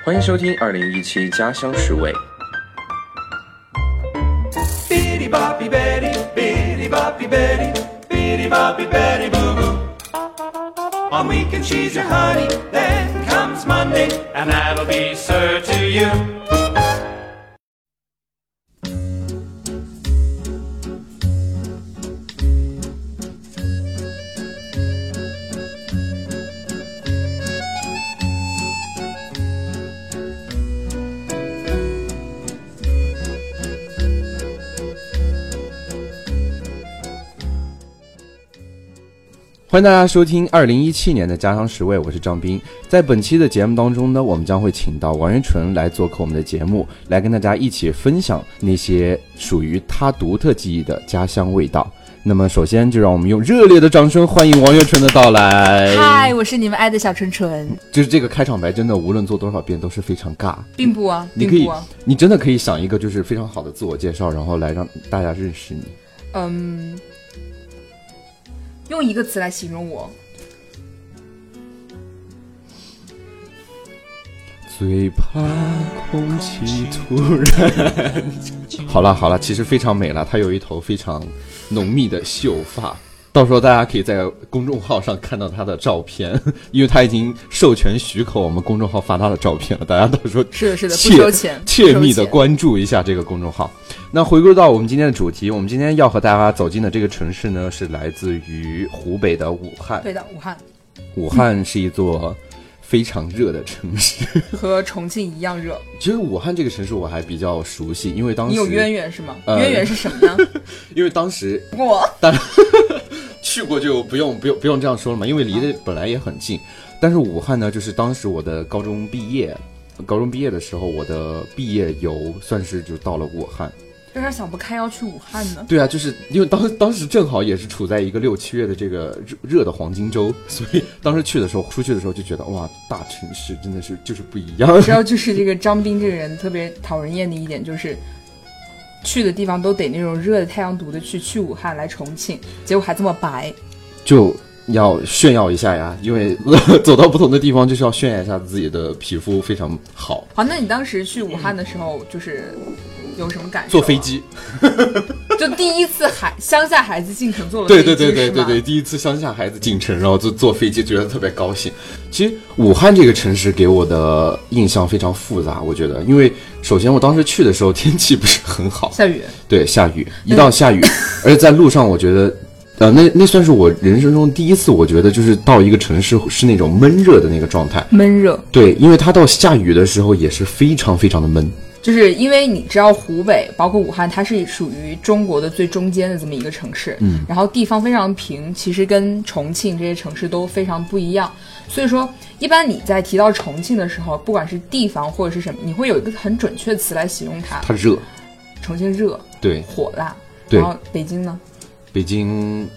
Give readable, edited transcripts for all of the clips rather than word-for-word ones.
欢迎收听2017家乡十味。 Bitty boppy Betty, bitty boppy Betty, bitty boppy Betty boo boo. On weekend she's your honey, then comes Monday, and that'll be served to you. 欢迎大家收听2017年的家乡十味，我是张斌。在本期的节目当中呢，我们将会请到王源纯来做客我们的节目，来跟大家一起分享那些属于他独特记忆的家乡味道。那么首先就让我们用热烈的掌声欢迎王源纯的到来。 嗨，我是你们爱的小纯纯。 就是这个开场白真的无论做多少遍都是非常尬， 并不啊， 你可以，你真的可以想一个就是非常好的自我介绍，然后来让大家认识你。 用一个词来形容我， 最怕空气突然好了，其实非常美了，她有一头非常浓密的秀发，到时候大家可以在公众号上看到她的照片，因为她已经授权许可我们公众号发她的照片了，大家到时候是的不收钱， 切密的关注一下这个公众号。那回归到我们今天的主题，我们今天要和大家走进的这个城市呢，是来自于湖北的武汉。 对的，武汉。 武汉是一座非常热的城市， 和重庆一样热。 其实武汉这个城市我还比较熟悉，因为当时你有渊源是吗？渊源是什么呢？ 因为当时去过就不用这样说了嘛，因为离得本来也很近。但是武汉呢，就是当时我的高中毕业的时候，我的毕业游算是就到了武汉。 为啥想不开要去武汉呢？ 对啊，就是因为当时正好也是处在一个6、7月的这个热的黄金周，所以当时出去的时候就觉得哇，大城市真的是就是不一样。 主要就是这个张斌这个人特别讨人厌的一点就是去的地方都得那种热的太阳毒的去武汉来重庆，结果还这么白， 就要炫耀一下呀，因为走到不同的地方就是要炫耀一下自己的皮肤非常好。 好，那你当时去武汉的时候就是有什么感受？ 坐飞机就第一次乡下孩子进城坐了飞机。 对，第一次乡下孩子进城，然后就坐飞机，觉得特别高兴。其实武汉这个城市给我的印象非常复杂，我觉得，因为首先我当时去的时候天气不是很好， 下雨。对， 下雨，一到下雨，而且在路上我觉得那算是我人生中第一次，我觉得就是到一个城市是那种闷热的那个状态。闷热。对，因为它到下雨的时候也是非常非常的闷。 就是因为你知道湖北包括武汉它是属于中国的最中间的这么一个城市，然后地方非常平，其实跟重庆这些城市都非常不一样，所以说一般你在提到重庆的时候，不管是地方或者是什么，你会有一个很准确的词来形容它。 它热。 重庆热。对。火辣。 对。 然后北京呢？ 北京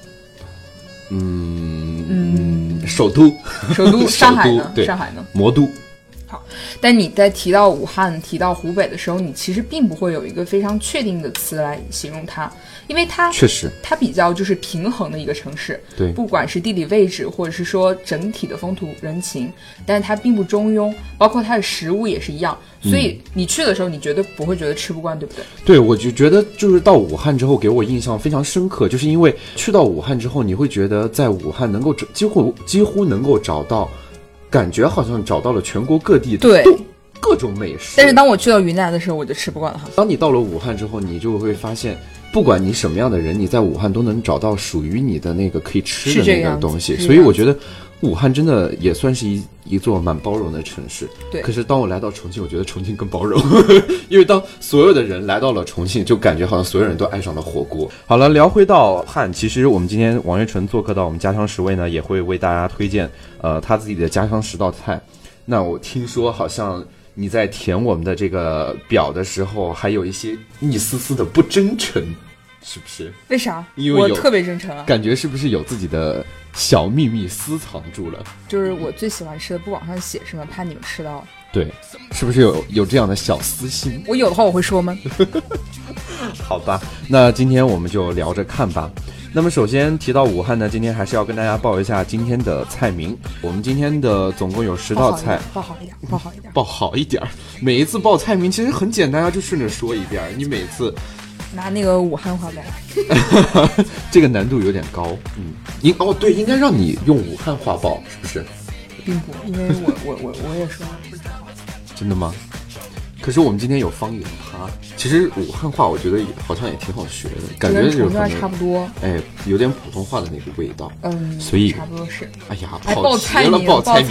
首都上海呢？上海呢？ 魔都。 好，但你在提到武汉提到湖北的时候，你其实并不会有一个非常确定的词来形容它，因为它确实它比较就是平衡的一个城市。 对， 不管是地理位置或者是说整体的风土人情，但是它并不中庸，包括它的食物也是一样，所以你去的时候你绝对不会觉得吃不惯，对不对？ 对，我就觉得就是到武汉之后给我印象非常深刻，就是因为去到武汉之后，你会觉得在武汉能够几乎能够找到，感觉好像找到了全国各地对各种美食。 但是当我去到云南的时候，我就吃不惯了。 当你到了武汉之后，你就会发现，不管你什么样的人，你在武汉都能找到属于你的那个可以吃的那个东西。所以我觉得武汉真的也算是一座蛮包容的城市。 对。 可是当我来到重庆，我觉得重庆更包容，因为当所有的人来到了重庆，就感觉好像所有人都爱上了火锅。好了，聊回到武汉，其实我们今天王源纯做客到我们家乡十味呢，也会为大家推荐他自己的家乡10道菜。那我听说好像你在填我们的这个表的时候，还有一些一丝丝的不真诚，是不是？ 为啥？ 因为我特别真诚啊。 感觉是不是有自己的小秘密私藏住了？ 就是我最喜欢吃的不往上写是吗？怕你们吃到。 对，是不是有这样的小私心？ 我有的话我会说吗？ 好吧，那今天我们就聊着看吧。那么首先提到武汉呢，今天还是要跟大家报一下今天的菜名。我们今天的总共有10道菜， 报好一点，报好一点， 报好一点。每一次报菜名其实很简单啊，就顺着说一遍。你每次拿那个武汉话报， 这个难度有点高。对，应该让你用武汉话报，是不是？ 并不，因为我也说不太好。 真的吗？可是我们今天有方言趴，其实武汉话我觉得好像也挺好学的，感觉就差不多， 有点普通话的那个味道。所以差不多是。 哎呀， 报菜名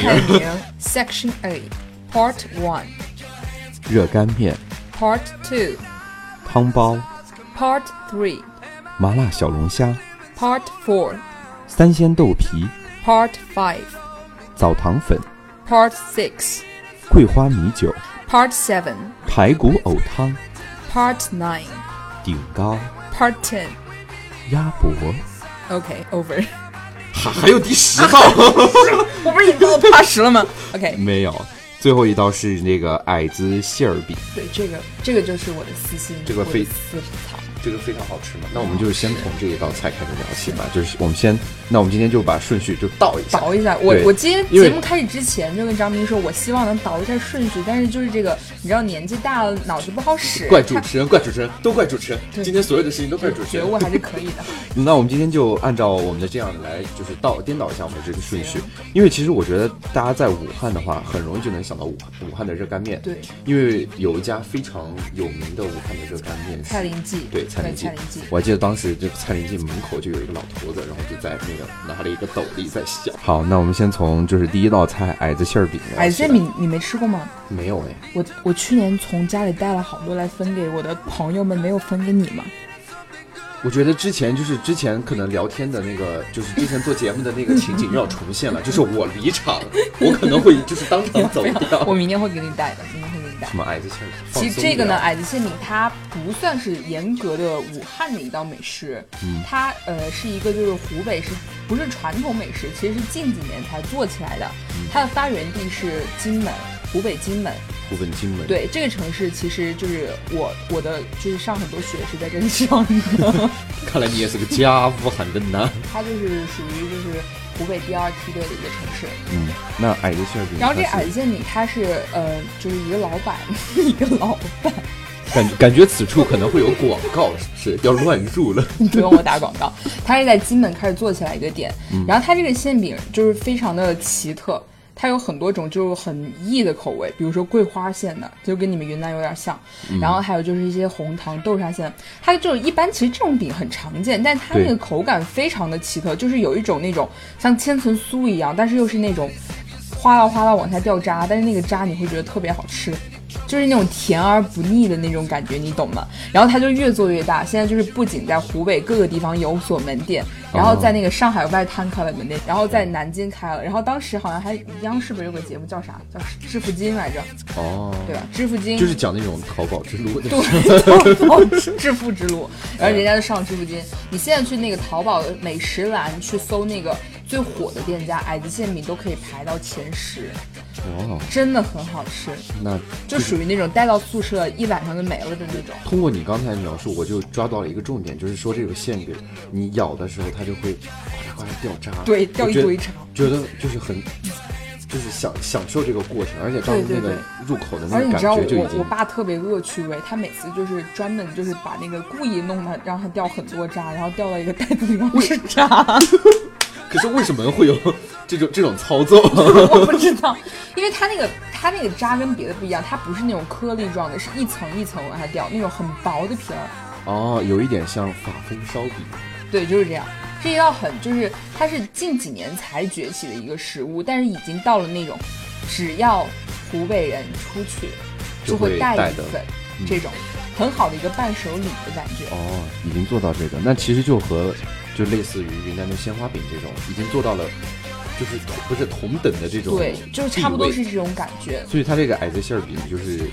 ，Section A Part 1， 热干面 Part 2， 汤包 Part 3， 麻辣小龙虾 Part 4， 三鲜豆皮 Part 5， 枣糖粉 Part 6， 桂花米酒 Part 7， 排骨藕汤 Part 9， 顶糕 Part 10。 鸭脖。 OK over。 还有第10道。 我不是已经到Part 10了吗？ OK 没有，最后一道是那个矮子馅儿饼。 对，这个就是我的私心， 这个私藏。 这个非常好吃嘛，那我们就先从这一道菜开始聊起嘛，就是我们今天就把顺序就倒一下。 我今天节目开始之前就跟张明说，我希望能倒一下顺序，但是就是这个，你知道年纪大了，脑子不好使。 怪主持人，都怪主持人。今天所有的事情都怪主持人。 觉悟还是可以的。 那我们今天就按照我们的这样来，就是颠倒一下我们这个顺序，因为其实我觉得大家在武汉的话，很容易就能想到武汉的热干面。 对， 因为有一家非常有名的武汉的热干面， 蔡林记。 对，蔡林记。我还记得当时这个蔡林记门口就有一个老头子，然后就在那个拿了一个斗笠在笑。好，那我们先从就是第一道菜矮子馅儿饼。 矮子馅饼你没吃过吗？ 没有我去年从家里带了好多来分给我的朋友们，没有分给你吗？ 我觉得之前可能聊天的那个，就是之前做节目的那个情景又要重现了，就是我离场，我可能会就是当场走掉。 我明天会给你带的， 什么矮子馅饼？ 其实这个呢，矮子馅饼它不算是严格的武汉的一道美食，它是一个就是湖北不是传统美食，其实是近几年才做起来的。它的发源地是金门，湖北金门。对，这个城市其实就是我的就是上很多学是在这里上的。 看来你也是个家武汉人呐。 它就是属于就是湖北第2梯队的一个城市。 那矮子馅饼， 然后这矮子馅饼它是就是一个老板， 感觉此处可能会有广告，是不是要乱入了？ 不用我打广告。它是在金门开始做起来一个店，然后它这个馅饼就是非常的奇特。它有很多种就是很异的口味，比如说桂花馅的，就跟你们云南有点像，然后还有就是一些红糖豆沙馅，它就是一般其实这种饼很常见，但它那个口感非常的奇特，就是有一种那种像千层酥一样，但是又是那种哗啦哗啦往下掉渣，但是那个渣你会觉得特别好吃，就是那种甜而不腻的那种感觉，你懂吗？然后它就越做越大，现在就是不仅在湖北各个地方有所门店，然后在那个上海外滩开了门店，然后在南京开了，然后当时好像还央视不是有个节目叫啥，叫致富经来着？对吧？致富经就是讲那种淘宝之路的， 对，淘宝致富之路，然后人家就上致富经。你现在去那个淘宝美食栏去搜那个最火的店家，矮子馅饼都可以排到前10。真的很好吃， 那就属于那种带到宿舍一晚上就没了的那种。 通过你刚才的描述，我就抓到了一个重点，就是说这个馅饼你咬的时候它就会哗啦掉渣， 对，掉一堆渣， 觉得就是很就是享受这个过程，而且当时那个入口的那个感觉就已经。而且你知道我爸特别恶趣味，他每次就是专门就是把那个故意弄的让它掉很多渣，然后掉到一个袋子里面是渣。 可是为什么会有这种操作？ 我不知道，因为它那个渣跟别的不一样，它不是那种颗粒状的，是一层一层往下掉，那种很薄的皮儿。 有一点像法风烧饼。 对，就是这样。这一道就是它是近几年才崛起的一个食物，但是已经到了那种只要湖北人出去就会带一份这种很好的一个伴手礼的感觉。 已经做到这个，那其实就类似于云南的鲜花饼这种，已经做到了，就是不是同等的这种， 对，就是差不多是这种感觉。 所以它这个矮子馅饼就是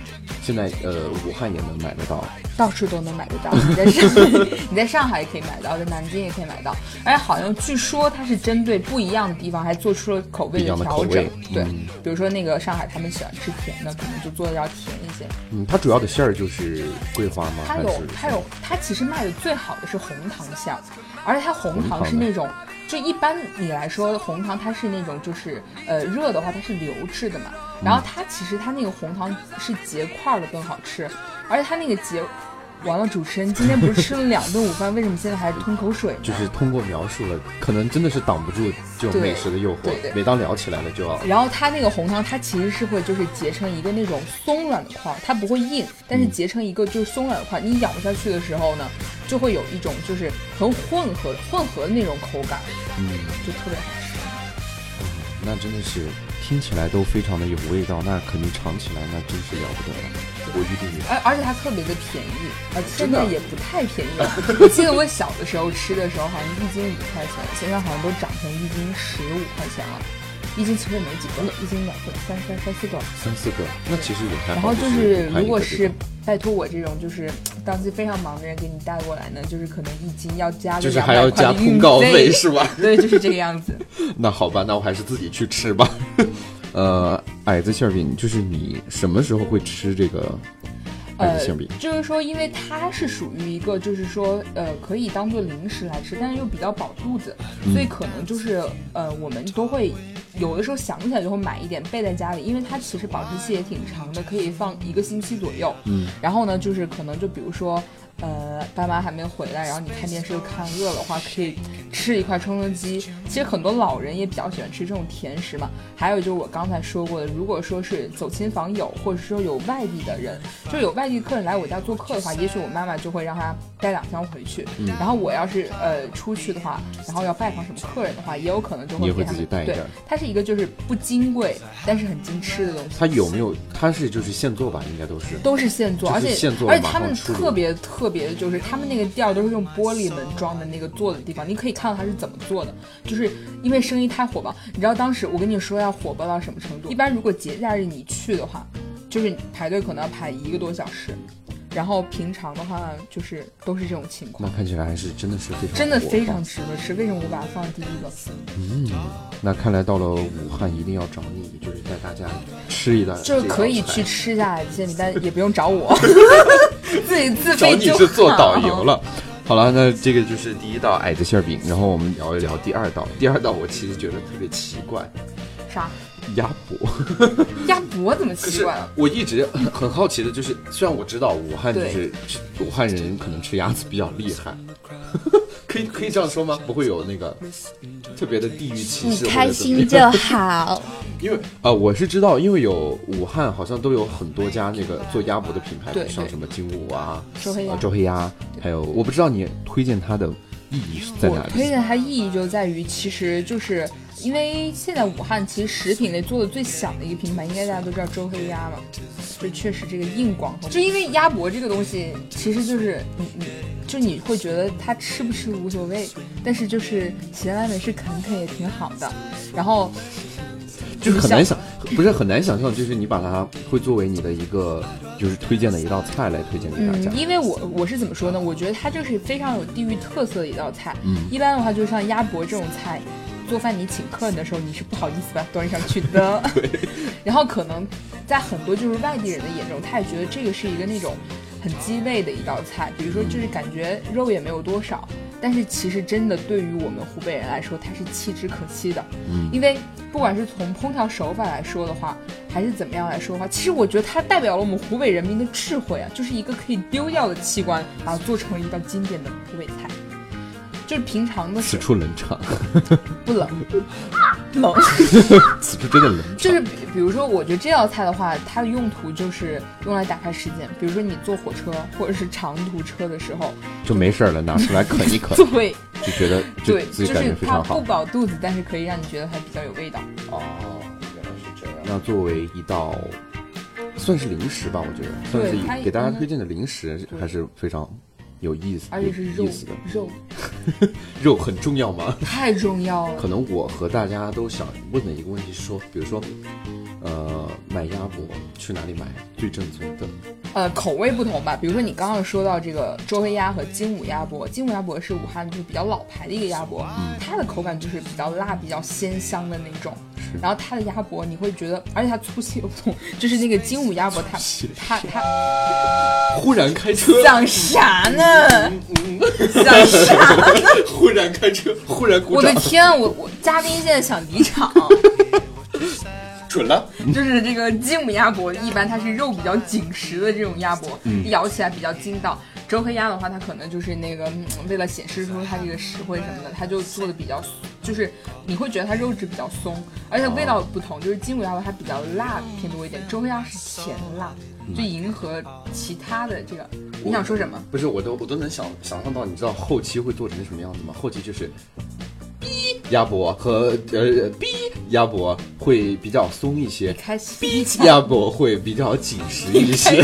现在武汉也能买得到， 到处都能买得到。你在上海也可以买到，在南京也可以买到，而且好像据说它是针对不一样的地方还做出了口味的调整。对，比如说那个上海他们喜欢吃甜的，可能就做的要甜一些。 它主要的馅儿就是桂花吗？ 它其实卖的最好的是红糖馅儿，而且它红糖是那种。就一般你来说，红糖它是那种就是热的话它是流质的嘛，然后它其实它那个红糖是结块的更好吃，而且它那个完了，主持人今天不是吃了2顿午饭，为什么现在还吞口水呢？ 就是通过描述了，可能真的是挡不住这种美食的诱惑， 对， 每当聊起来了就要。 然后它那个红糖，它其实是会就是结成一个那种松软的块，它不会硬，但是结成一个就是松软的块，你咬下去的时候呢，就会有一种就是很混合的那种口感，就特别好吃。 那真的是听起来都非常的有味道，那肯定尝起来那真是了不得了。我预定而且它特别的便宜，现在也不太便宜了。我记得我小的时候吃的时候，好像1斤5块钱，现在好像都涨成1斤15块钱了。1斤其实也没几个，1斤2个、3、4个 ，3、4个，那其实也还好。 然后就是如果是拜托我这种就是当时非常忙的人给你带过来呢，就是可能1斤要加个200块的运费， 就是还要加通告费是吧？ 对，就是这个样子。 那好吧，那我还是自己去吃吧。矮子馅饼，就是你什么时候会吃这个矮子馅饼？ 就是说，因为它是属于一个，就是说，可以当做零食来吃，但是又比较饱肚子，所以可能就是我们都会有的时候想起来就会买一点备在家里，因为它其实保质期也挺长的，可以放1个星期左右。然后呢，就是可能就比如说。爸妈还没回来，然后你看电视又看饿的话，可以吃一块充充饥。其实很多老人也比较喜欢吃这种甜食嘛。还有就是我刚才说过的，如果说是走亲访友，或者说有外地的人，就有外地客人来我家做客的话，也许我妈妈就会让他带2箱回去。然后我要是出去的话，然后要拜访什么客人的话，也有可能就会给他们自己带一点。 对，它是一个就是不金贵，但是很经吃的东西。 它有没有？它是就是现做吧？应该都是现做，而且他们特别的就是他们那个店都是用玻璃门装的那个做的地方，你可以看到它是怎么做的，就是因为生意太火爆。你知道当时我跟你说要火爆到什么程度？一般如果节假日你去的话，就是排队可能要排1个多小时。然后平常的话就是都是这种情况。 那看起来还是真的是非常值得吃，为什么我把它放在第1个？ 那看来到了武汉一定要找你，就是带大家吃一道， 就可以去吃下来这些，但也不用找我，自己自费就好。 找你是做导游了。好了，那这个就是第1道矮子馅饼，然后我们聊一聊第2道。第2道我其实觉得特别奇怪。 啥？ 鸭脖。 鸭脖怎么奇怪了？ 我一直很好奇的就是，虽然我知道武汉就是武汉人可能吃鸭子比较厉害，可以这样说吗？不会有那个特别的地域歧视？ 你开心就好。 因为我是知道，因为有武汉好像都有很多家那个做鸭脖的品牌，像什么金武啊、周黑鸭，还有我不知道你推荐它的意义在哪里？ 我推荐它意义就在于，其实就是因为现在武汉其实食品类做的最响的一个品牌，应该大家都知道周黑鸭嘛，就确实这个硬广，就因为鸭脖这个东西，其实就是你会觉得它吃不吃无所谓，但是就是闲来没事啃也挺好的，然后。 就是很难想，不是很难想象，就是你把它会作为你的一个就是推荐的一道菜来推荐给大家。 因为我是怎么说呢？我觉得它就是非常有地域特色的一道菜。一般的话，就像鸭脖这种菜，做饭你请客人的时候，你是不好意思把它端上去的。然后可能在很多就是外地人的眼中，他也觉得这个是一个那种很鸡肋的一道菜，比如说就是感觉肉也没有多少。但是其实真的对于我们湖北人来说，它是弃之可惜的。因为不管是从烹调手法来说的话，还是怎么样来说的话，其实我觉得它代表了我们湖北人民的智慧啊，就是一个可以丢掉的器官，把它做成了一道经典的湖北菜。就是平常的此处冷场。 不冷冷此处真的冷场。 就是比如说我觉得这道菜的话，它的用途就是用来打发时间，比如说你坐火车或者是长途车的时候就没事了，拿出来啃一啃。 对， 就觉得对， 自己感觉非常好， 就是它不饱肚子，但是可以让你觉得还比较有味道。 哦，原来是这样。那作为一道算是零食吧，我觉得算是给大家推荐的零食，还是非常有意思， 而且是肉很重要吗？ 太重要了。 可能我和大家都想问的一个问题是说，比如说买鸭脖去哪里买最正宗的？ 口味不同吧，比如说你刚刚说到这个周黑鸭和精武鸭脖，精武鸭脖是武汉就是比较老牌的一个鸭脖，它的口感就是比较辣、比较鲜香的那种。然后它的鸭脖你会觉得，而且它粗细有不同，就是那个精武鸭脖它忽然开车， 想啥呢？想啥呢？ 忽然开车，忽然鼓掌。 我的天啊，我嘉宾现在想离场。 准了， 就是这个精武鸭脖，一般它是肉比较紧实的这种鸭脖，咬起来比较筋道。周黑鸭的话，它可能就是那个为了显示出它这个实惠什么的，它就做的比较，就是你会觉得它肉质比较松，而且味道不同。就是精武鸭脖它比较辣偏多一点，周黑鸭是甜辣，就迎合其他的这个。你想说什么？ 不是，我都能想象到，你知道后期会做成什么样子吗？后期就是鸭脖和鸭脖会比较松一些，鸭脖会比较紧实一些。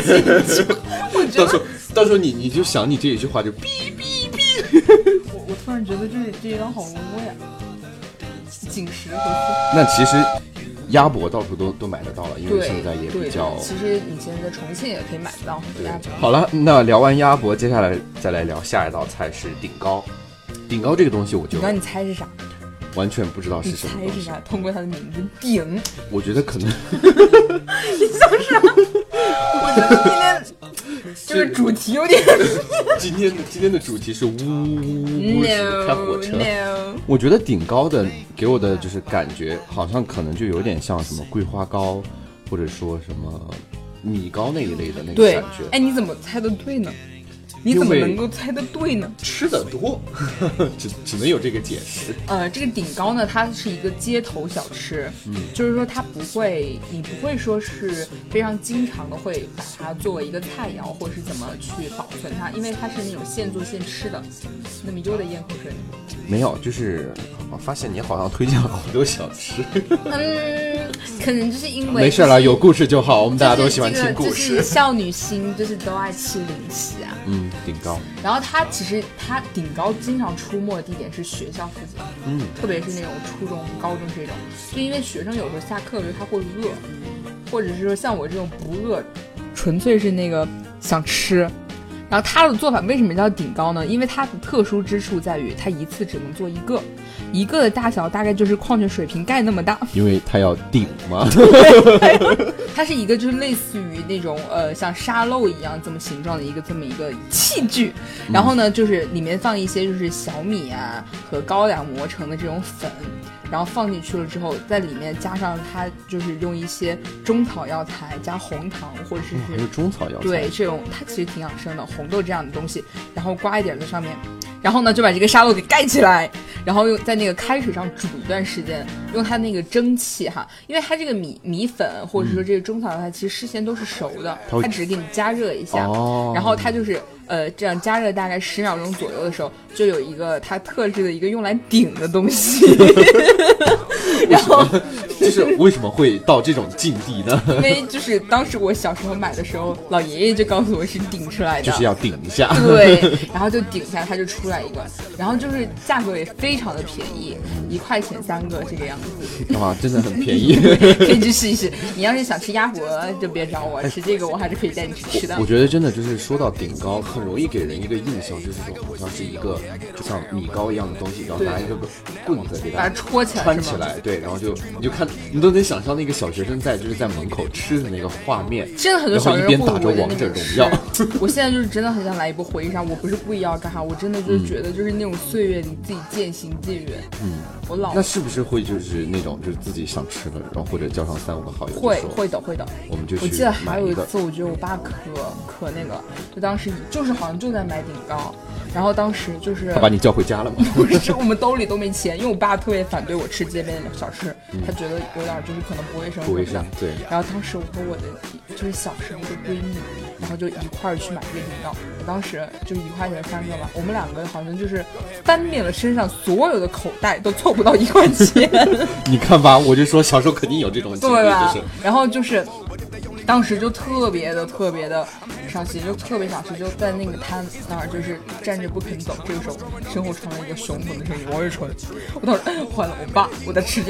到时候你就想你这一句话就我突然觉得这一段好 low 呀，紧实和松。 那其实鸭脖到处都买得到了，因为现在也比较。 其实你现在在重庆也可以买得到很多鸭脖。 好了，那聊完鸭脖，接下来再来聊下一道菜是顶糕。顶糕这个东西我就， 那你猜是啥？ 完全不知道是什么。 你猜是啥？通过它的名字顶， 我觉得可能。 你笑啥？我觉得今天这个主题有点。 今天的主题是呜开火车。 No. 我觉得顶糕的给我的就是感觉，好像可能就有点像什么桂花糕，或者说什么米糕那一类的那个感觉。 哎，你怎么猜的对呢？你怎么能够猜得对呢？ 吃的多，只能有这个解释。 这个顶糕呢，它是一个街头小吃，就是说它你不会说是非常经常的会把它作为一个菜肴，或者是怎么去保存它，因为它是那种现做现吃的。那么又在咽口水。 没有，就是我发现你好像推荐了好多小吃。 可能就是因为没事了，有故事就好，我们大家都喜欢听故事。 就是少女心，就是都爱吃零食啊。 顶糕。然后它顶糕经常出没的地点是学校附近，特别是那种初中、高中这种，就因为学生有时候下课的时候他会饿，或者是说像我这种不饿，纯粹是那个想吃。然后它的做法为什么叫顶糕呢？因为它的特殊之处在于它一次只能做一个的大小大概就是矿泉水瓶盖那么大， 因为它要顶嘛。 它是一个就是类似于那种像沙漏一样这么形状的这么一个器具，然后呢就是里面放一些就是小米啊和高粱磨成的这种粉，然后放进去了之后，在里面加上它就是用一些中草药材加红糖或者是还有中草药材， 对，这种它其实挺养生的，红豆这样的东西，然后刮一点在上面，然后呢就把这个沙漏给盖起来，然后又在那个开水上煮一段时间，用它那个蒸汽哈，因为它这个米粉或者说这个中草药材其实事先都是熟的，它只是给你加热一下，然后它就是这样加热大概10秒钟左右的时候，就有一个它特制的一个用来顶的东西。然后就是为什么会到这种境地呢？ 因为就是当时我小时候买的时候，老爷爷就告诉我是顶出来的， 就是要顶一下。 对，然后就顶一下，它就出来一个，然后就是价格也非常的便宜，1块钱3个这个样子。 哇，真的很便宜， 可以去试一试。你要是想吃鸭脖，就别找我，吃这个我还是可以带你去吃的。 我觉得真的就是说到顶糕，很容易给人一个印象，就是这种好像是一个就像米糕一样的东西，然后拿一个棍子给它戳起来， 穿起来，对，然后你就看，你都能想象那个小学生在门口吃的那个画面， 真的很多小学生一边打着王者荣耀。 我现在就是真的很想来一波回忆杀，我不是故意要干啥，我真的就是觉得就是那种岁月里自己渐行渐远。我老那是不是会就是那种就是自己想吃的，然后或者叫上3-5个好友？ 会的。 我们就去。 我记得还有一次，我觉得我爸可那个，就当时就是好像就在买顶糕。然后当时就是他把你叫回家了吗？ 不是，我们兜里都没钱，因为我爸特别反对我吃街边的小吃，他觉得有点就是可能不卫生。 不卫生，对。 然后当时我和我的就是小时候的闺蜜，然后就一块儿去买这个顶糕。我当时就是1块钱3个嘛，我们2个好像就是翻遍了身上所有的口袋，都凑不到1块钱。 你看吧，我就说小时候肯定有这种经历， 对吧？ 就是。 然后就是当时就特别的伤心，就特别想吃，就在那个摊那儿就是站着不肯走。这个时候身后传来一个雄浑的声音：“王月春！”我当时坏了，我爸我在吃这个。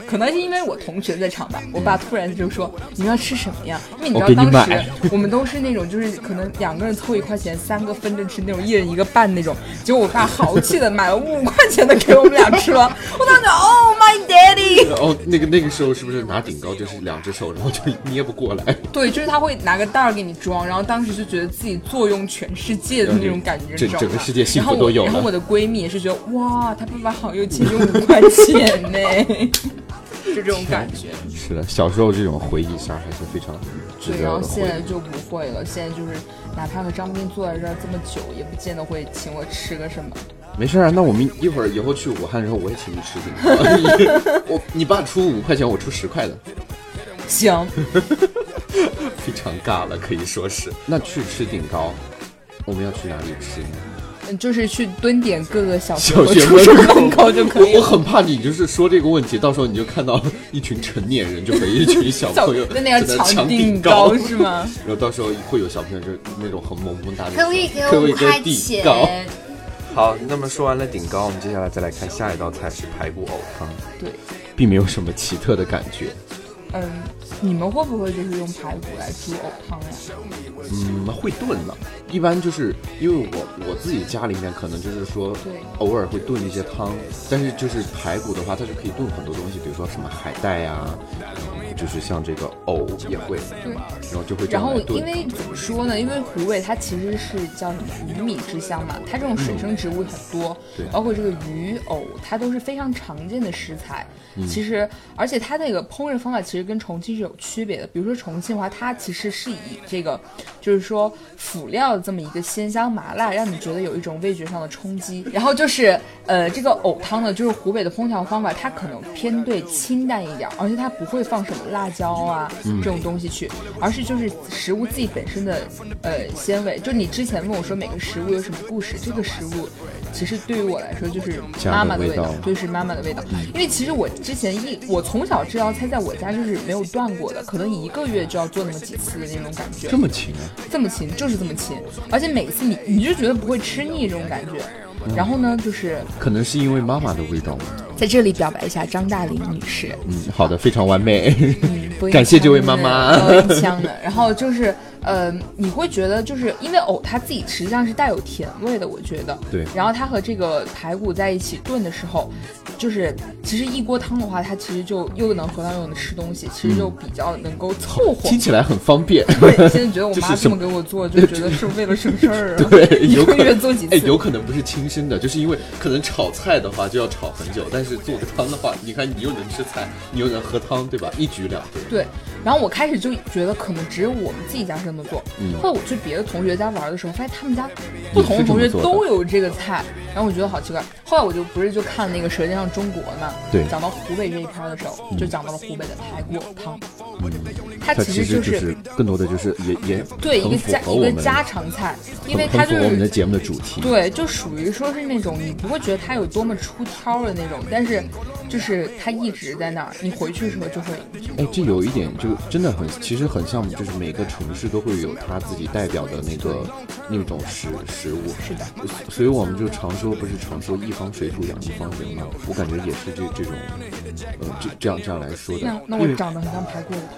可能是因为我同学在场吧，我爸突然就说你们要吃什么呀？因为你知道我给你当时买我们都是那种就是可能2个人凑1块钱，3个分着吃那种，1人1个半那种。结果我爸豪气的买了5块钱的给我们俩吃了，我当时 Oh my daddy！ 然后那个时候是不是拿顶糕就是2只手，然后就捏不过来？ 对，就是他会拿个袋儿给你装，然后当时就觉得自己坐拥全世界的那种感觉，你知道吗？ 整个世界幸福都有了。 然后我的闺蜜也是觉得哇，他爸爸好有钱，用5块钱呢。就这种感觉。 是的，小时候这种回忆杀还是非常值对， 得然后现在回忆就不会了，现在就是哪怕和张斌坐在这儿这么久，也不见得会请我吃个什么。 没事啊，那我们一会儿以后去武汉的时候，我也请你吃顶糕。你爸出5块钱，我出10块的。 行， 非常尬了，可以说是。那去吃顶糕，我们要去哪里吃呢？ 就是去蹲点各个小小学门口就可以了。 我很怕你就是说这个问题，到时候你就看到一群成年人就和一群小朋友在那个抢顶糕是吗？ 然后到时候会有小朋友就是那种很萌萌哒的， 可不可以给我5块钱？ 好，那么说完了顶糕，我们接下来再来看下一道菜是排骨藕汤。 对， 并没有什么奇特的感觉。 你们会不会就是用排骨来煮藕汤呀？ 会炖了。一般就是因为我自己家里面可能就是说， 对， 偶尔会炖一些汤，但是就是排骨的话，它就可以炖很多东西，比如说什么海带呀，就是像这个藕也会， 对， 然后就会这然后样来炖。 因为怎么说呢？因为湖北它其实是叫什么鱼米之乡嘛，它这种水生植物很多， 对， 包括这个鱼藕，它都是非常常见的食材。其实，而且它那个烹饪方法其实跟重庆是有区别的。比如说重庆的话，它其实是以这个，就是说辅料的这么一个鲜香麻辣，让你觉得有一种味觉上的冲击。然后就是这个藕汤呢，就是湖北的烹调方法，它可能偏对清淡一点，而且它不会放什么辣椒啊这种东西去，而是就是食物自己本身的鲜味。就你之前问我说每个食物有什么故事，这个食物其实对于我来说就是妈妈的味道，就是妈妈的味道。因为其实我之前我从小这道菜在我家就是没有断过的，可能1个月就要做那么几次的那种感觉。 这么勤啊？ 这么勤，就是这么勤，而且每次你就觉得不会吃腻这种感觉。然后呢，就是可能是因为妈妈的味道吗？ 在这里表白一下张大林女士。 好的，非常完美。 不感谢这位妈妈。 枪的。然后就是你会觉得就是因为藕它自己实际上是带有甜味的，我觉得。 对。 然后它和这个排骨在一起炖的时候，就是其实一锅汤的话，它其实就又能喝到又能吃东西，其实就比较能够凑合。 听起来很方便。 对，现在觉得我妈这么给我做，就觉得是为了省事儿啊。 对， 1个月做几次。 有可能不是亲生的，就是因为可能炒菜的话就要炒很久，但是做个汤的话，你看你又能吃菜，你又能喝汤，对吧？一举两得。 对。然后我开始就觉得可能只有我们自己家是这么做，后来我去别的同学家玩的时候，发现他们家不同的同学都有这个菜，然后我觉得好奇怪。后来我就不是就看那个《舌尖上中国》嘛， 对， 讲到湖北这一片的时候，就讲到了湖北的排骨藕汤。它其实就是更多的就是也对一个家常菜，因为它就是我们的节目的主题。 对，就属于说是那种你不会觉得它有多么出挑的那种，但是就是它一直在那儿，你回去的时候就会。 这有一点就真的其实很像，就是每个城市都会有它自己代表的那种食物。 是的。 所以我们就常说一方水土养一方人嘛，我感觉也是这种这样来说的。 那我长得很像排骨的。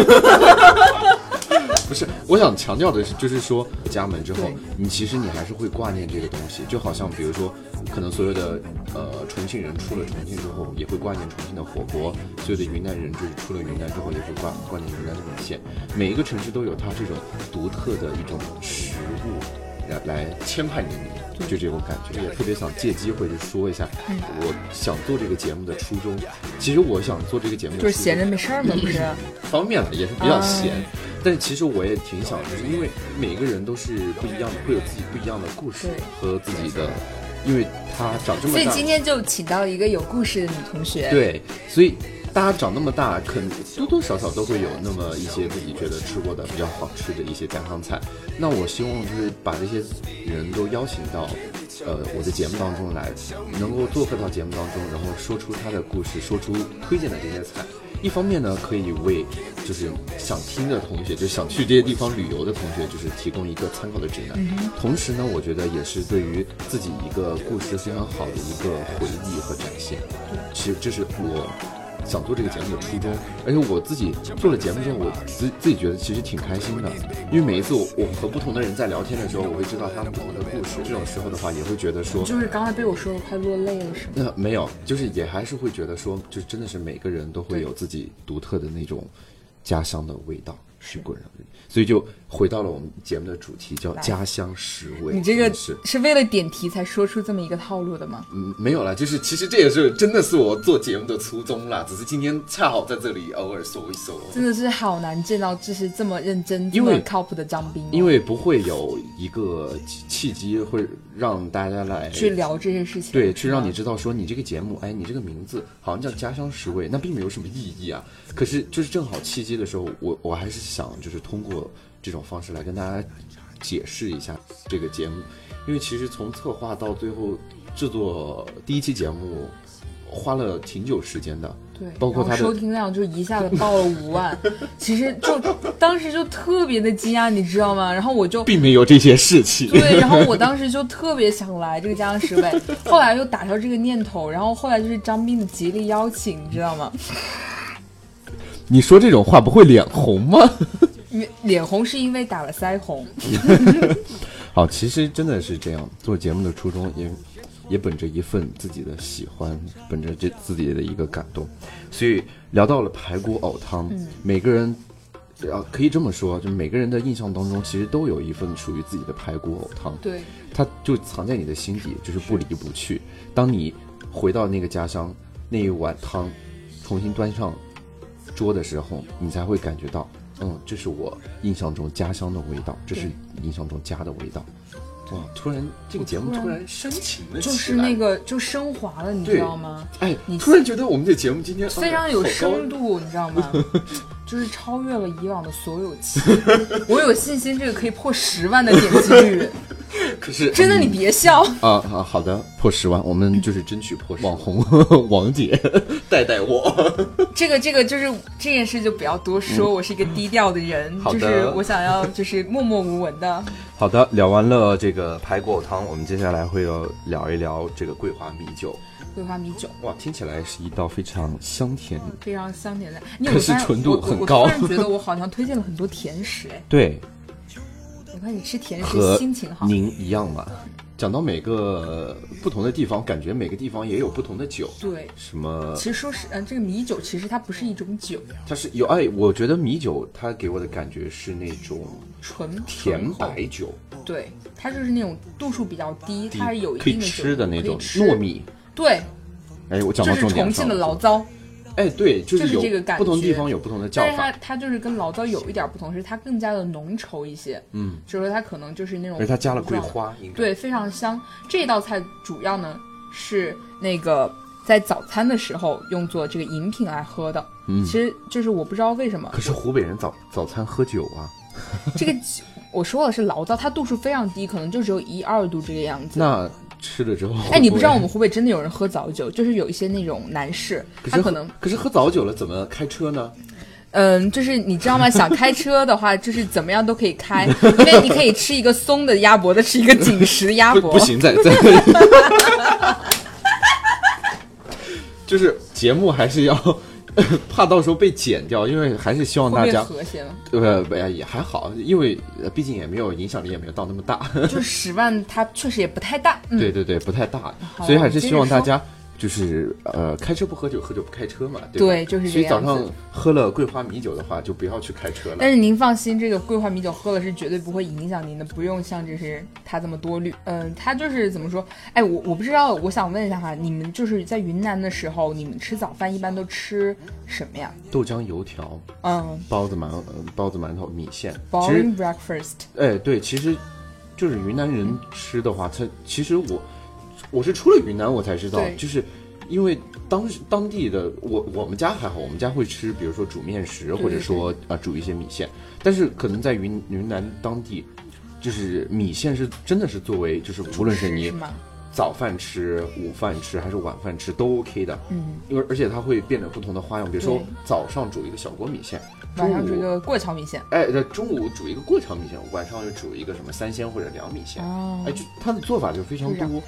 不是，我想强调的是，就是说家门之后，你其实你还是会挂念这个东西，就好像比如说，可能所有的重庆人出了重庆之后，也会挂念重庆的火锅；所有的云南人就是出了云南之后，也会挂念云南的米线。每一个城市都有它这种独特的一种食物来牵绊着你，就这种感觉。也特别想借机会就说一下，我想做这个节目的初衷。其实我想做这个节目的初衷就是闲着没事儿嘛，不是？ 方面了，也是比较闲。但是其实我也挺想，就是因为每个人都是不一样的，会有自己不一样的故事和自己的，因为他长这么大， 所以今天就请到了一个有故事的女同学。 对，所以大家长那么大，可能多多少少都会有那么一些自己觉得吃过的比较好吃的一些家常菜。那我希望就是把这些人都邀请到我的节目当中来，能够做客到节目当中，然后说出他的故事，说出推荐的这些菜。一方面呢，可以为就是想听的同学，就想去这些地方旅游的同学，就是提供一个参考的指南。同时呢，我觉得也是对于自己一个故事非常好的一个回忆和展现。其实这是我想做这个节目的初衷，而且我自己做了节目之后，我自己觉得其实挺开心的，因为每一次我和不同的人在聊天的时候，我会知道他们不同的故事，这种时候的话也会觉得说， 就是刚才被我说的快落泪了是吗？ 没有，就是也还是会觉得说，就是真的是每个人都会有自己独特的那种家乡的味道。是果然，所以就回到了我们节目的主题，叫家乡食味。 你这个是为了点题才说出这么一个套路的吗？ 没有啦，就是其实这也是真的是我做节目的初衷啦，只是今天恰好在这里偶尔说一说。 真的是好难见到就是这么认真、这么靠谱的张斌因为不会有一个契机会让大家来去聊这些事情， 对，去让你知道说你这个节目，哎，你这个名字好像叫家乡食味，那并没有什么意义啊。可是就是正好契机的时候，我还是想就是通过这种方式来跟大家解释一下这个节目，因为其实从策划到最后制作第一期节目花了挺久时间的， 对， 包括它的收听量就一下子爆了5万，其实就当时就特别的惊讶，你知道吗？然后我就并没有这些事情， 对，然后我当时就特别想来这个家乡食味，后来又打消这个念头，然后后来就是张斌的极力邀请，你知道吗？ 你说这种话不会脸红吗？ 脸红是因为打了腮红。 好，其实真的是这样，做节目的初衷也本着一份自己的喜欢，本着自己的一个感动，所以聊到了排骨藕汤，每个人可以这么说，就每个人的印象当中其实都有一份属于自己的排骨藕汤， 对， 它就藏在你的心底，就是不离不去。当你回到那个家乡，那一碗汤重新端上桌的时候，你才会感觉到这是我印象中家乡的味道，这是印象中家的味道。哇！突然这个节目突然煽情了起来， 就是那个就升华了，你知道吗？ 哎，你突然觉得我们的节目今天非常有深度，你知道吗？就是超越了以往的所有期，我有信心这个可以破10万的点击率。 可是真的，你别笑啊！好的，破10万，我们就是争取破网红王姐带我。 这个就是这件事就不要多说，我是一个低调的人，就是我想要就是默默无闻的。 好的，聊完了这个排骨藕汤，我们接下来会聊一聊这个桂花米酒。 桂花米酒， 哇，听起来是一道非常香甜的， 可是纯度很高。 我突然觉得我好像推荐了很多甜食，哎， 对。 我看你吃甜食心情好， 您一样吗？讲到每个不同的地方，感觉每个地方也有不同的酒。 对， 什么？ 其实说是，这个米酒其实它不是一种酒， 它是有我觉得米酒它给我的感觉是那种纯甜白酒。 对，它就是那种度数比较低，它是有一定的可以吃的那种糯米。 对， 哎，我讲到重点上了， 就是重庆的醪糟。 哎，对，就是这个感觉， 不同地方有不同的叫法。 但是它就是跟醪糟有一点不同，是它更加的浓稠一些。就是说它可能就是那种， 而且它加了桂花，应该对，非常香。这道菜主要呢是那个在早餐的时候用作这个饮品来喝的。其实就是我不知道为什么。 可是湖北人早餐喝酒啊。 这个我说的是醪糟，它度数非常低，可能就只有1、2度这个样子。 那吃了之后， 哎，你不知道我们湖北真的有人喝早酒，就是有一些那种男士，他可是喝早酒了怎么开车呢？ 就是你知道吗？想开车的话，就是怎么样都可以开，因为你可以吃一个松的鸭脖的，吃一个紧实鸭脖。 不行，在就是节目还是要怕到时候被剪掉，因为还是希望大家和谐也还好，因为毕竟也没有影响力，也没有到那么大。 就10万，它确实也不太大。 对，不太大，所以还是希望大家就是开车不喝酒，喝酒不开车嘛，对吧？ 对，就是这样子。 所以早上喝了桂花米酒的话，就不要去开车了。 但是您放心，这个桂花米酒喝了是绝对不会影响您的，不用像就是它这么多虑。它就是怎么说？哎，我不知道，我想问一下哈，你们就是在云南的时候，你们吃早饭一般都吃什么呀？ 豆浆油条，包子馒头，米线。 Boring breakfast。 哎，对，其实就是云南人吃的话，其实我是出了云南我才知道，就是因为当地的我们家还好，我们家会吃，比如说煮面食，或者说煮一些米线，但是可能在云南当地，就是米线是真的是作为就是无论是你早饭吃、午饭吃还是晚饭吃都 OK 的，因为而且它会变得不同的花样，比如说早上煮一个小锅米线。 晚上煮一个过桥米线， 哎，中午煮一个过桥米线，晚上又煮一个什么3鲜或者凉米线，哎，就它的做法就非常多。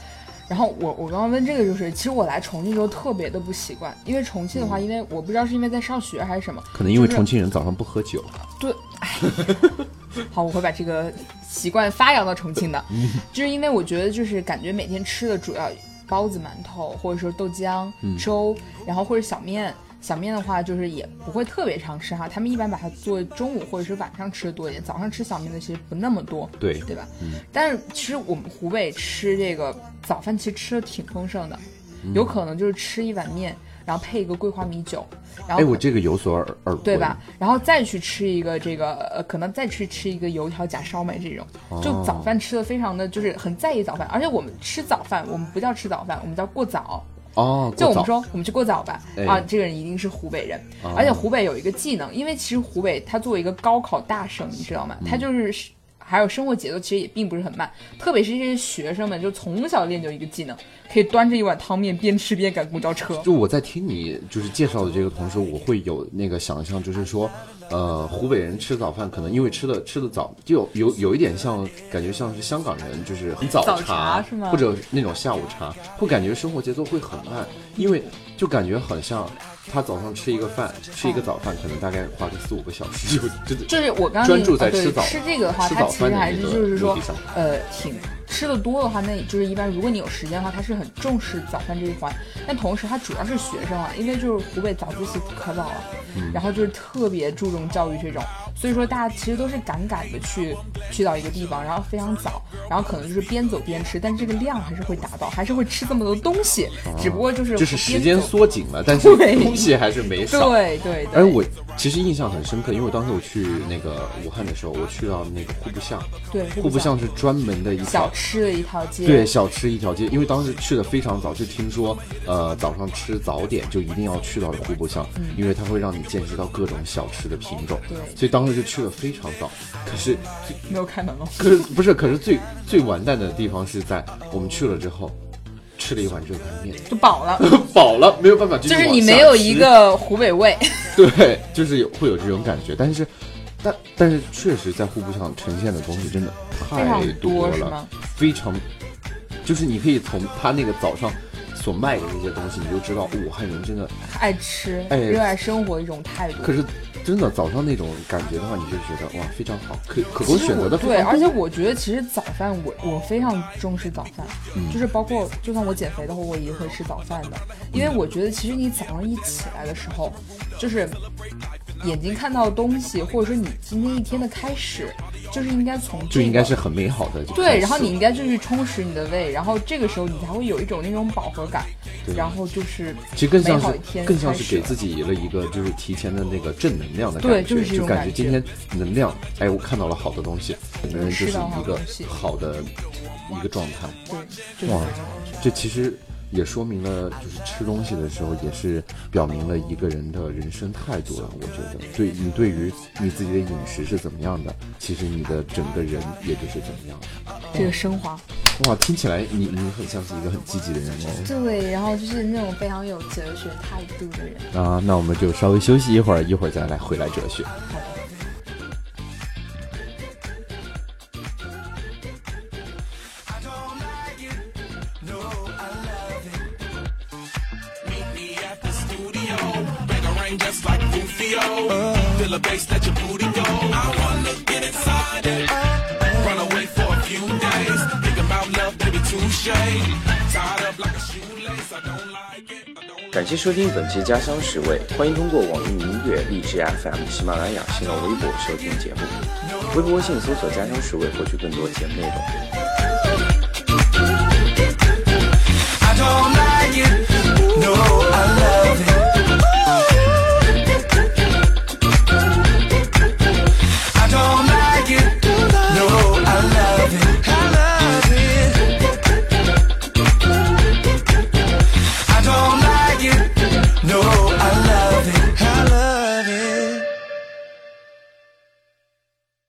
然后我刚刚问这个就是，其实我来重庆的时候特别的不习惯，因为重庆的话，因为我不知道是因为在上学还是什么， 可能因为重庆人早上不喝酒。 对，好，我会把这个习惯发扬到重庆的，就是因为我觉得就是感觉每天吃的主要包子、馒头，或者说豆浆、粥，然后或者小面。小面的话就是也不会特别常吃哈，他们一般把它做中午或者是晚上吃的多一点，早上吃小面的其实不那么多，对吧？但是其实我们湖北吃这个早饭其实吃的挺丰盛的，有可能就是吃一碗面，然后配一个桂花米酒，然后我这个有所耳闻， 对吧？然后再去吃一个这个可能再去吃一个油条加烧麦这种，就早饭吃的非常的就是很在意早饭，而且我们吃早饭，我们不叫吃早饭，我们叫过早。就我们说我们去过早吧，这个人一定是湖北人，而且湖北有一个技能，因为其实湖北它作为一个高考大省，你知道吗？它就是还有生活节奏其实也并不是很慢，特别是这些学生们就从小练就一个技能，可以端着一碗汤面边吃边赶公交车。 就我在听你就是介绍的这个同时，我会有那个想象，就是说湖北人吃早饭可能因为吃的早，就有一点像感觉像是香港人就是早茶是吗？ 或者那种下午茶，会感觉生活节奏会很慢，因为就感觉很像他早上吃一个早饭，可能大概花个4-5个小时就是我刚刚专注在吃这个的话，它其实还是就是说挺吃的多的话，那就是一般如果你有时间的话，他是很重视早饭这一环。但同时他主要是学生啊，因为就是湖北早自习可早了，然后就是特别注重教育这种，所以说大家其实都是赶的去到一个地方，然后非常早，然后可能就是边走边吃，但是这个量还是会达到，还是会吃这么多东西，只不过就是时间缩紧了，但是东西还是没少。 对。 而我其实印象很深刻，因为当时我去那个武汉的时候，我去到那个户部巷， 对， 户部巷是专门的一条小吃的一条街， 对，小吃一条街。因为当时去的非常早，就听说早上吃早点就一定要去到户部巷，因为它会让你见识到各种小吃的品种。 对， 所以当时就去的非常早。可是没有开门了。 可是最完蛋的地方是在我们去了之后，吃了一碗热干面就饱了， 饱了，没有办法继续往下吃， 就是你没有一个湖北味。 对，就是会有这种感觉，但是确实在户部巷呈现的东西真的太多了，非常就是你可以从他那个早上所卖的这些东西，你就知道武汉人真的爱吃，热爱生活的一种态度。 可是真的早上那种感觉的话，你就觉得哇非常好，可供选择的非常多。 对，而且我觉得其实早饭我非常重视早饭，就是包括就算我减肥的话，我也会吃早饭的，因为我觉得其实你早上一起来的时候，就是眼睛看到的东西，或者说你今天一天的开始，就是应该从就应该是很美好的。 对，然后你应该就去充实你的胃，然后这个时候你才会有一种那种饱和感，然后就是其实更像是给自己了一个就是提前的那个正能量的感觉， 对，就感觉今天能量，我看到了好的东西，整个人就是一个好的一个状态。 对， 哇，这其实也说明了，就是吃东西的时候，也是表明了一个人的人生态度了。我觉得，对于你自己的饮食是怎么样的，其实你的整个人也就是怎么样的。 这个升华， 哇，听起来你很像是一个很积极的人哦。 对，然后就是那种非常有哲学态度的人啊。那我们就稍微休息一会儿再来回来哲学。 好的。 Just like Rufio, feel a bass, let your booty go. I wanna get inside it, run away for a few days. Think about love, baby, touche. Tied up like a shoelace, I don't like it. 感谢收听本期家乡十味，欢迎通过网易云音乐、荔枝 FM、喜马拉雅、新浪微博收听节目。微博微信搜索家乡十味，获取更多节目内容。